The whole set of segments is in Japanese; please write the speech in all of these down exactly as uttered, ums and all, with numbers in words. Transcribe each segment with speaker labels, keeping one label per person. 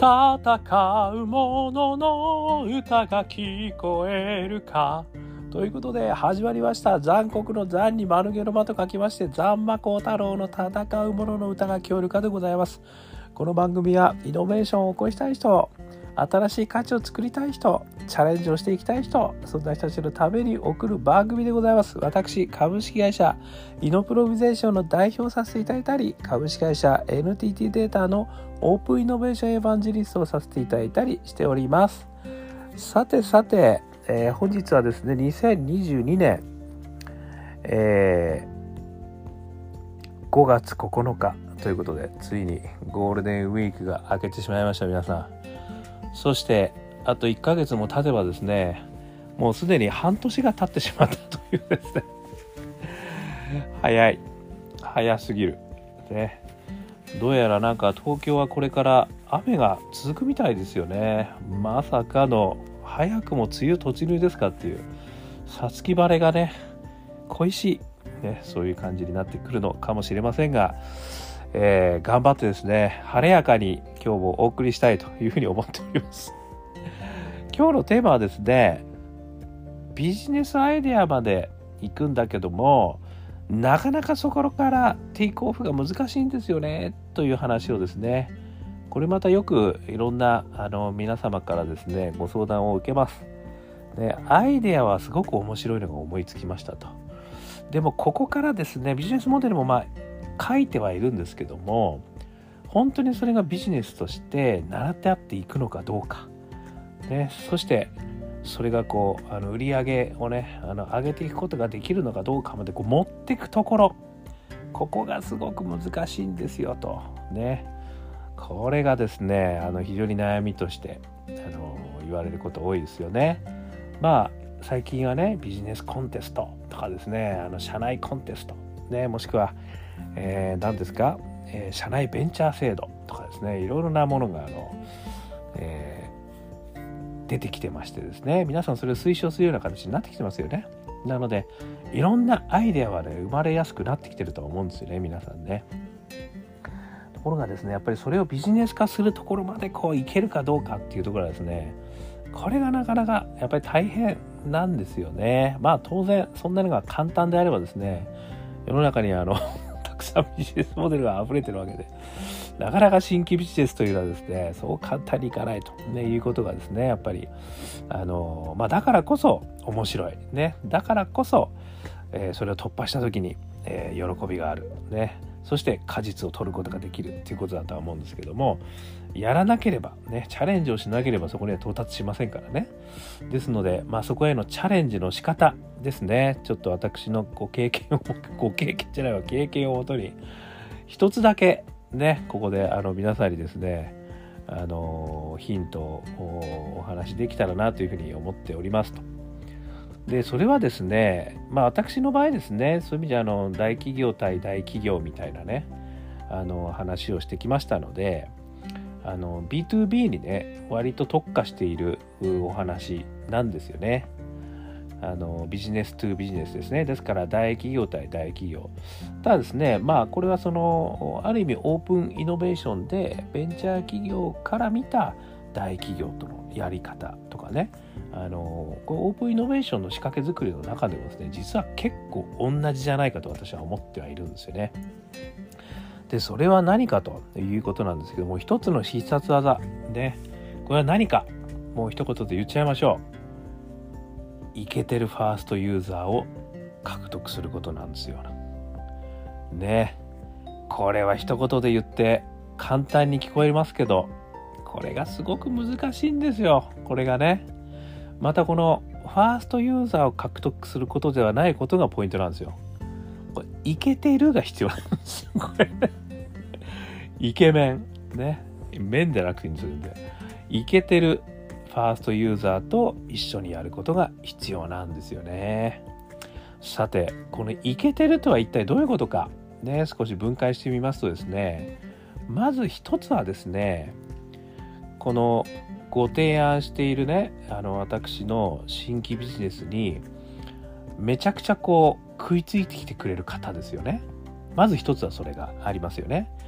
Speaker 1: 戦う者の歌が聞こえるか。ということで始まりました。残酷の残に丸毛の間と書きまして、残魔高太郎の戦う者の歌が聞こえるかでございます。この番組はイノベーションを起こしたい人、新しい価値を作りたい人、チャレンジをしていきたい人、そんな人たちのために送る番組でございます。私、株式会社イノプロビゼーションの代表をさせていただいたり、株式会社 エヌティーティー データのオープンイノベーションエヴァンジェリストをさせていただいたりしております。さてさて、えー、本日はですね、にせんにじゅうにねん、えー、ごがつここのかということで、ついにゴールデンウィークが明けてしまいました。皆さん、そしてあといっかげつも経てばですね、もうすでに半年が経ってしまったというですね早い早すぎるね。どうやらなんか東京はこれから雨が続くみたいですよね。まさかの早くも梅雨突入ですかっていう、さつき晴れがね恋しい、ね、そういう感じになってくるのかもしれませんが、えー、頑張ってですね、晴れやかに今日もお送りしたいというふうに思っております今日のテーマはですね、ビジネスアイデアまで行くんだけども、なかなかそこからテイクオフが難しいんですよねという話をですね、これまたよくいろんなあの皆様からですねご相談を受けます。で、アイデアはすごく面白いのが思いつきましたと。でもここからですね、ビジネスモデルもまあ書いてはいるんですけども、本当にそれがビジネスとして習ってあっていくのかどうか、ね、そしてそれがこうあの売り上げをねあの上げていくことができるのかどうかまでこう持っていくところ、ここがすごく難しいんですよとね。これがですねあの非常に悩みとしてあの言われること多いですよね。まあ最近はね、ビジネスコンテストとかですね、あの社内コンテストね、もしくは、えー、何ですか、えー、社内ベンチャー制度とかですね、いろいろなものがあの、えー、出てきてましてですね、皆さんそれを推奨するような形になってきてますよね。なのでいろんなアイデアはね生まれやすくなってきてると思うんですよね、皆さんね。ところがですね、やっぱりそれをビジネス化するところまでこういけるかどうかっていうところはですね、これがなかなかやっぱり大変なんですよね。まあ当然そんなのが簡単であればですね、世の中にあのたくさんビジネスモデルが溢れてるわけで、なかなか新規ビジネスというのはですね、そう簡単にいかないと、ね、いうことがですね、やっぱりあのまあだからこそ面白いね、だからこそ、えー、それを突破した時に、えー、喜びがあるね、そして果実を取ることができるっていうことだとは思うんですけども、やらなければね、チャレンジをしなければそこには到達しませんからね。ですので、まあそこへのチャレンジの仕方ですね、ちょっと私のご経験をご経験じゃないわ経験をもとに一つだけね、ここであの皆さんにですね、あのヒントをお話できたらなというふうに思っておりますと。でそれはですね、まあ私の場合ですね、そういう意味であの大企業対大企業みたいなねあの話をしてきましたので、あの ビーツービー にね割と特化しているお話なんですよね。あのビジネストゥビジネスですね。ですから大企業対大企業。ただですね、まあこれはそのある意味オープンイノベーションでベンチャー企業から見た大企業とのやり方とかね、あのこうオープンイノベーションの仕掛け作りの中でもですね、実は結構同じじゃないかと私は思ってはいるんですよね。でそれは何かということなんですけども、一つの必殺技ね、これは何かもう一言で言っちゃいましょう。イケてるファーストユーザーを獲得することなんですよね。これは一言で言って簡単に聞こえますけど、これがすごく難しいんですよ。これがね、またこのファーストユーザーを獲得することではないことがポイントなんですよ。これイケてるが必要なんですよ。これね、イケメンね、面でなくていいんですよ。イケてるファーストユーザーと一緒にやることが必要なんですよね。さて、このイケてるとは一体どういうことかね、少し分解してみますとですね、まず一つはですね、このご提案しているね、あの私の新規ビジネスにめちゃくちゃこう食いついてきてくれる方ですよね。まず一つはそれがありますよね。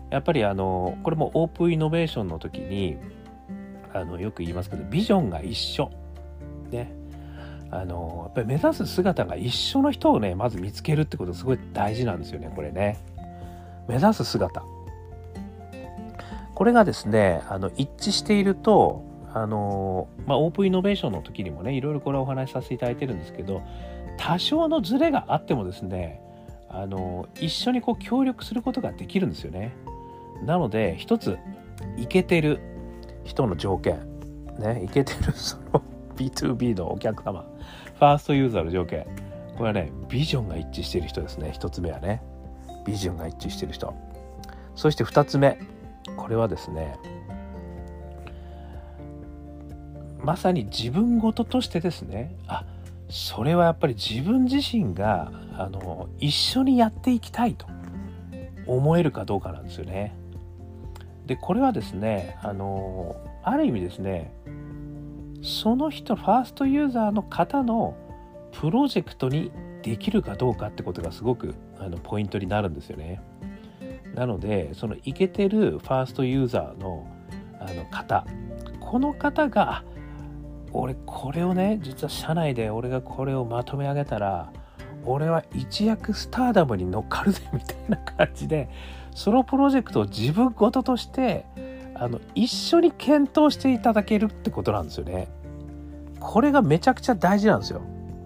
Speaker 1: やっぱりあのこれもオープンイノベーションの時にあのよく言いますけど、ビジョンが一緒ね、あのやっぱり目指す姿が一緒の人をねまず見つけるってことすごい大事なんですよね。これね、目指す姿、これがですねあの一致していると、あのまあ、オープンイノベーションの時にもねいろいろこれをお話しさせていただいてるんですけど、多少のズレがあってもですねあの一緒にこう協力することができるんですよね。なので一つイケてる人の条件ね、イケてるその ビーツービー のお客様、ファーストユーザーの条件、これはねビジョンが一致している人ですね。一つ目はねビジョンが一致している人。そして二つ目、これはですねまさに自分事としてですね、あ、それはやっぱり自分自身があの一緒にやっていきたいと思えるかどうかなんですよね。でこれはですねあのある意味ですね、その人ファーストユーザーの方のプロジェクトにできるかどうかってことがすごくあのポイントになるんですよね。なのでそのイケてるファーストユーザーのあの方、この方が俺これをね実は社内で俺がこれをまとめ上げたら俺は一躍スターダムに乗っかるぜみたいな感じで、そのプロジェクトを自分ごととしてあの一緒に検討していただけるってことなんですよね。これがめちゃくちゃ大事なんですよ。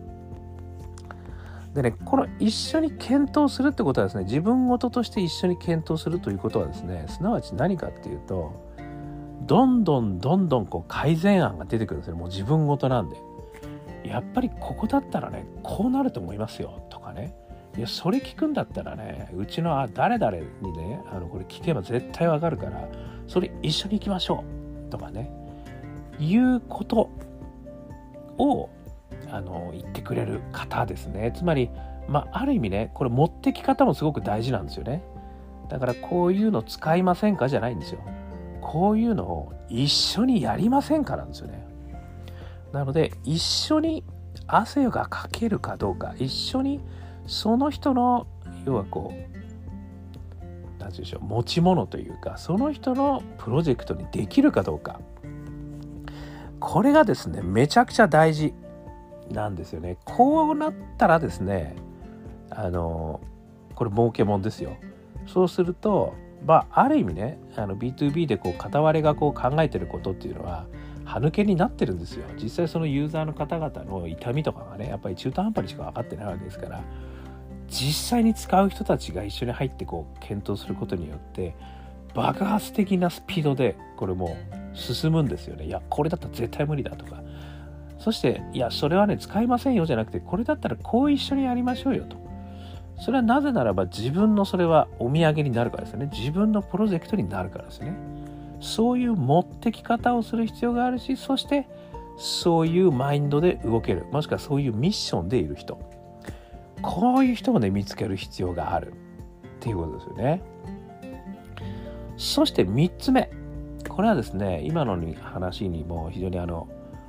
Speaker 1: でね、この一緒に検討するってことはですね、自分ごととして一緒に検討するということはですね、すなわち何かっていうと、どんどんどんどんこう改善案が出てくるんですよ。もう自分ごとなんで、やっぱりここだったらねこうなると思いますよとかね、いやそれ聞くんだったらねうちのあ誰々にねあのこれ聞けば絶対わかるからそれ一緒に行きましょうとかねいうことをあの言ってくれる方ですね。つまり、まあ、ある意味ねこれ持ってき方もすごく大事なんですよね。だからこういうの使いませんかじゃないんですよ。こういうのを一緒にやりませんかなんですよね。なので一緒に汗がかけるかどうか、一緒にその人の要はこう何て言うんでしょう持ち物というかその人のプロジェクトにできるかどうか、これがですねめちゃくちゃ大事なんですよね。こうなったらですねあのこれ儲けもんですよ。そうするとまあある意味ねあの ビーツービー でこう片割れがこう考えてることっていうのは歯抜けになってるんですよ。実際そのユーザーの方々の痛みとかがねやっぱり中途半端にしか分かってないわけですから、実際に使う人たちが一緒に入ってこう検討することによって爆発的なスピードでこれもう進むんですよね。いやこれだったら絶対無理だとか、そしていやそれはね使いませんよじゃなくてこれだったらこう一緒にやりましょうよと。それはなぜならば自分のそれはお土産になるからですよね。自分のプロジェクトになるからですね。そういう持ってき方をする必要があるし、そしてそういうマインドで動ける、もしくはそういうミッションでいる人、こういう人をね見つける必要があるっていうことですよね。そしてみっつめ、これはですね今の話にも非常にあの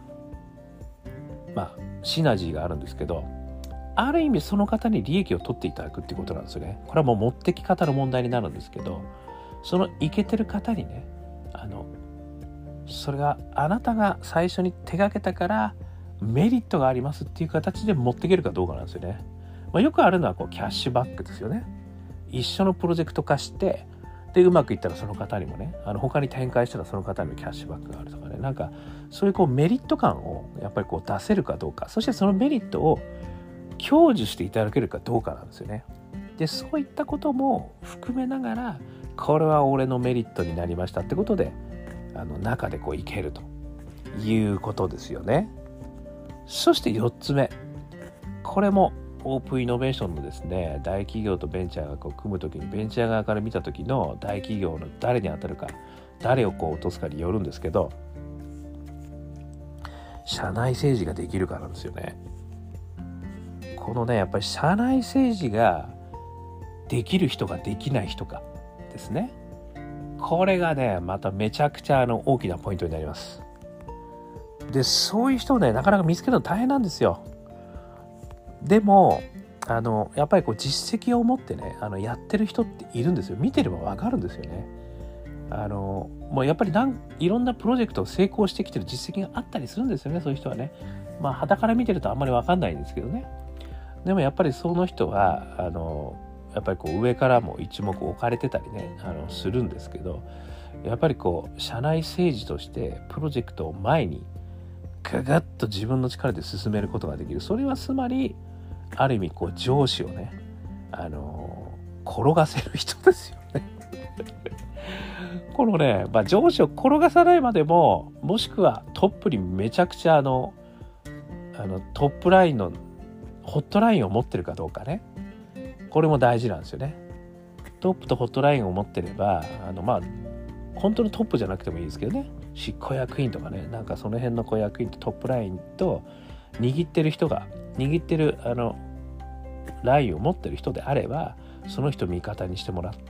Speaker 1: まあシナジーがあるんですけど、ある意味その方に利益を取っていただくっていうことなんですよね。これはもう持ってき方の問題になるんですけど、そのイケてる方にねあのそれがあなたが最初に手がけたからメリットがありますっていう形で持っていけるかどうかなんですよね。まあ、よくあるのはこうキャッシュバックですよね。一緒のプロジェクト化してでうまくいったらその方にもねあの他に展開したらその方にもキャッシュバックがあるとかね、なんかそういうこうメリット感をやっぱりこう出せるかどうか、そしてそのメリットを享受していただけるかどうかなんですよね。でそういったことも含めながらこれは俺のメリットになりましたってことであの中でこういけるということですよね。そしてよっつめ、これもオープンイノベーションのですね大企業とベンチャーがこう組むときにベンチャー側から見たときの大企業の誰に当たるか誰をこう落とすかによるんですけど、社内政治ができるかなんですよね。このねやっぱり社内政治ができる人ができない人かですね。これがねまためちゃくちゃあの大きなポイントになります。でそういう人をねなかなか見つけるの大変なんですよ。でもあのやっぱりこう実績を持ってねあのやってる人っているんですよ。見てればわかるんですよね。あのもうやっぱりなんいろんなプロジェクトを成功してきてる実績があったりするんですよね、そういう人はね。まあ傍から見てるとあんまりわかんないんですけどね。でもやっぱりその人はあのやっぱりこう上からも一目置かれてたりねあのするんですけど、やっぱりこう社内政治としてプロジェクトを前にガガッと自分の力で進めることができる。それはつまりある意味こう上司をねあの転がせる人ですよね。このね、まあ、上司を転がさないまでも、もしくはトップにめちゃくちゃあのあのトップラインのホットラインを持ってるかどうかね、これも大事なんですよね。トップとホットラインを持ってればあのまあ本当のトップじゃなくてもいいですけどね、執行役員とかね、なんかその辺のこう役員とトップラインと握ってる人が握ってるあのラインを持ってる人であれば、その人を味方にしてもらって、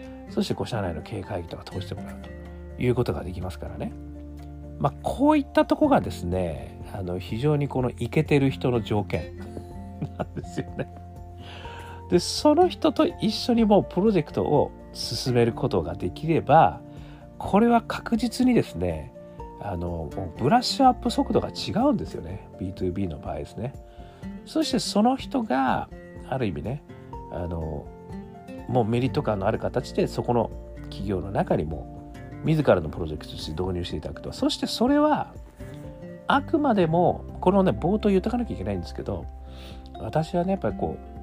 Speaker 1: そしてこう社内の経営会議とか通してもらうということができますからね。まあこういったとこがですね、あの非常にこのイケてる人の条件なんですよね。でその人と一緒にもうプロジェクトを進めることができれば、これは確実にですね、あのブラッシュアップ速度が違うんですよね、 ビーツービー の場合ですね。そしてその人がある意味ね、あのもうメリット感のある形でそこの企業の中にも自らのプロジェクトとして導入していただくと。そしてそれはあくまでもこのね冒頭言っとかなきゃいけないんですけど、私はねやっぱりこう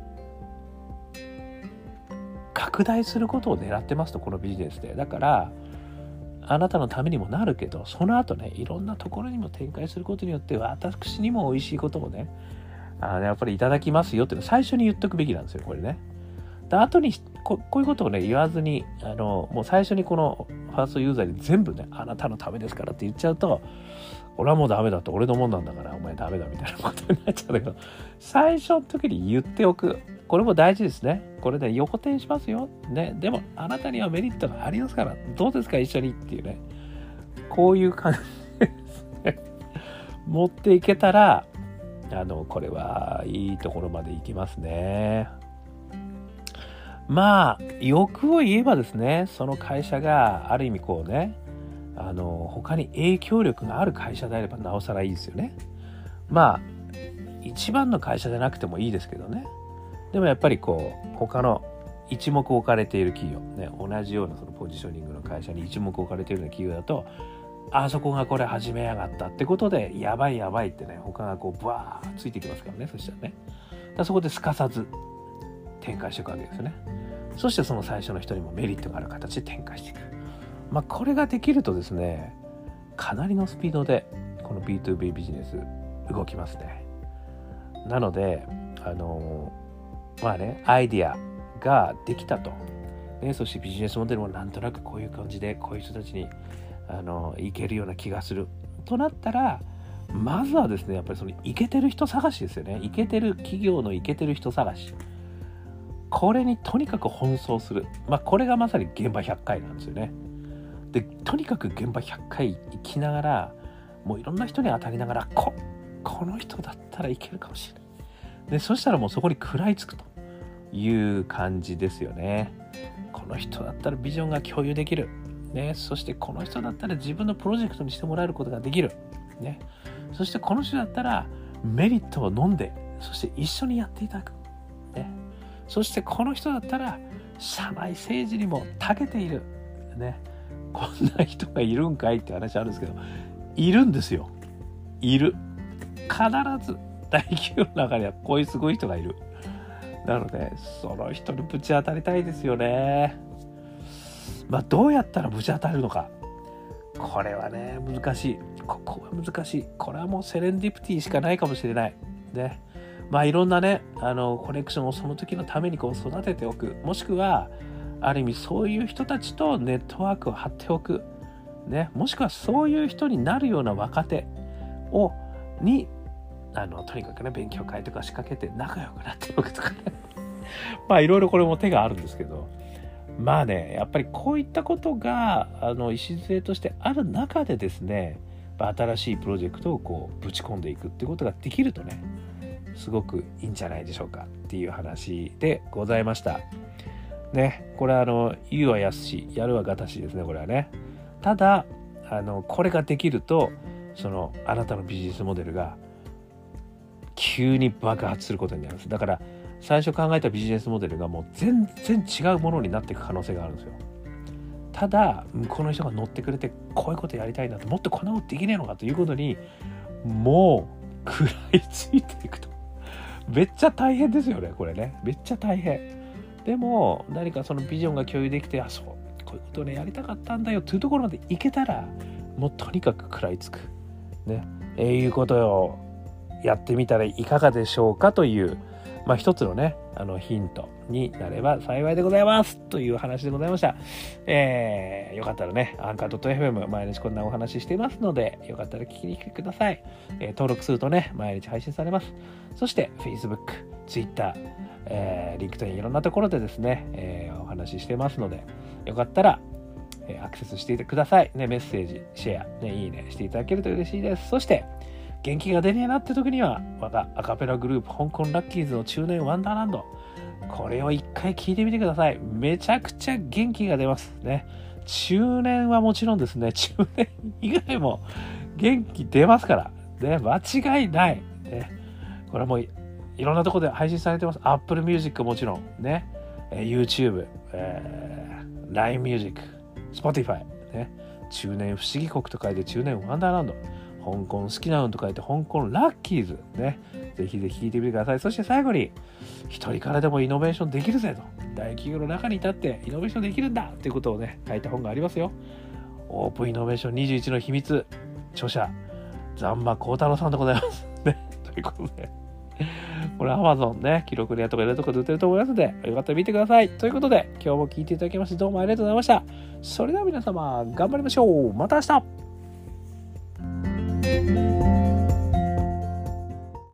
Speaker 1: 拡大することを狙ってますと、このビジネスで。だからあなたのためにもなるけど、その後ねいろんなところにも展開することによって私にも美味しいことをねあのやっぱりいただきますよっていうのを最初に言っとくべきなんですよ、これね。で後に こ, こういうことをね言わずに、あのもう最初にこのファーストユーザーに全部ねあなたのためですからって言っちゃうと、俺はもうダメだと、俺のもんなんだからお前ダメだみたいなことになっちゃうんだけど、最初の時に言っておく、これも大事ですね。これで、ね、横転しますよ、ね、でもあなたにはメリットがありますからどうですか一緒にっていうね、こういう感じですね持っていけたら、あのこれはいいところまでいきますね。まあ欲を言えばですね、その会社がある意味こうね、あの他に影響力がある会社であればなおさらいいですよね。まあ一番の会社じゃなくてもいいですけどね。でもやっぱりこう他の一目置かれている企業ね、同じようなそのポジショニングの会社に一目置かれているような企業だと、あそこがこれ始めやがったってことでやばいやばいってね、他がこうバーついてきますからね。そしたらね、だそこですかさず展開していくわけですよね。そしてその最初の人にもメリットがある形で展開していく。まあこれができるとですね、かなりのスピードでこの ビーツービー ビジネス動きますね。なのであのまあねアイディアができたと、ね、そしてビジネスモデルもなんとなくこういう感じでこういう人たちにあのいけるような気がするとなったら、まずはですねやっぱりそのイケてる人探しですよね。イケてる企業のイケてる人探し、これにとにかく奔走する。まあこれがまさに現場ひゃっかいなんですよね。でとにかく現場ひゃっかい行きながら、もういろんな人に当たりながら、ここの人だったらいけるかもしれないで、そしたらもうそこに食らいつくという感じですよね。この人だったらビジョンが共有できる、ね、そしてこの人だったら自分のプロジェクトにしてもらえることができる、ね、そしてこの人だったらメリットを飲んで、そして一緒にやっていただく、ね、そしてこの人だったら社内政治にも長けている、ね、こんな人がいるんかいって話あるんですけど、いるんですよ。いる。必ず大企業の中にはこういうすごい人がいる。なのでその人にぶち当たりたいですよね。まあどうやったらぶち当たるのか、これはね難しい。ここは難しい。これはもうセレンディプティしかないかもしれないね。まあいろんなねあのコネクションをその時のためにこう育てておく、もしくはある意味そういう人たちとネットワークを張っておく、ね、もしくはそういう人になるような若手をにあのとにかくね勉強会とか仕掛けて仲良くなっておくとかねまあいろいろこれも手があるんですけど、まあねやっぱりこういったことがあの礎としてある中でですね、新しいプロジェクトをこうぶち込んでいくってことができるとね、 すごくいいんじゃないでしょうかっていう話でございましたね。これはあの言うはやすしやるはがたしですね、これはね。ただあのこれができるとそのあなたのビジネスモデルが急に爆発することになるんです。だから最初考えたビジネスモデルがもう全然違うものになっていく可能性があるんですよ。ただこの人が乗ってくれてこういうことやりたいなと、もっとこんなことできねえのかということにもう食らいついていくとめっちゃ大変ですよね、これね。めっちゃ大変。でも何かそのビジョンが共有できて、あ、そうこういうことをねやりたかったんだよというところまでいけたら、もうとにかく食らいつくね、えー、いうことをやってみたらいかがでしょうかという、まあ一つのねあのヒントになれば幸いでございますという話でございました。えー、よかったらねアンカー .fm 毎日こんなお話ししていますので、よかったら聞きに来てください。えー、登録するとね毎日配信されます。そして Facebook、Twitter、えー、LinkedIn いろんなところでですね、えー、お話ししてますので、よかったらアクセスしてください、ね、メッセージ、シェア、ね、いいねしていただけると嬉しいです。そして元気が出ねえなって時には我がアカペラグループ香港ラッキーズの中年ワンダーランド、これを一回聞いてみてください。めちゃくちゃ元気が出ますね。中年はもちろんですね、中年以外も元気出ますからね、間違いない、ね、これはもういろんなところで配信されてます。 Apple Music もちろんね、えー、YouTube、えー、ライン Music、 Spotify、ね、中年不思議国と書いて中年ワンダーランド、香港好きなのと書いて香港ラッキーズね、ぜひぜひ聞いてみてください。そして最後に、一人からでもイノベーションできるぜと、大企業の中に立ってイノベーションできるんだということをね書いた本がありますよ。オープンイノベーションにじゅういちの秘密、著者ザンマコウタロウさんでございますね。ということでこれ Amazon ね、記録レアとかいろいろとこで売ってると思いますので、よかったら見てください。ということで今日も聞いていただきましてどうもありがとうございました。それでは皆様頑張りましょう。また明日。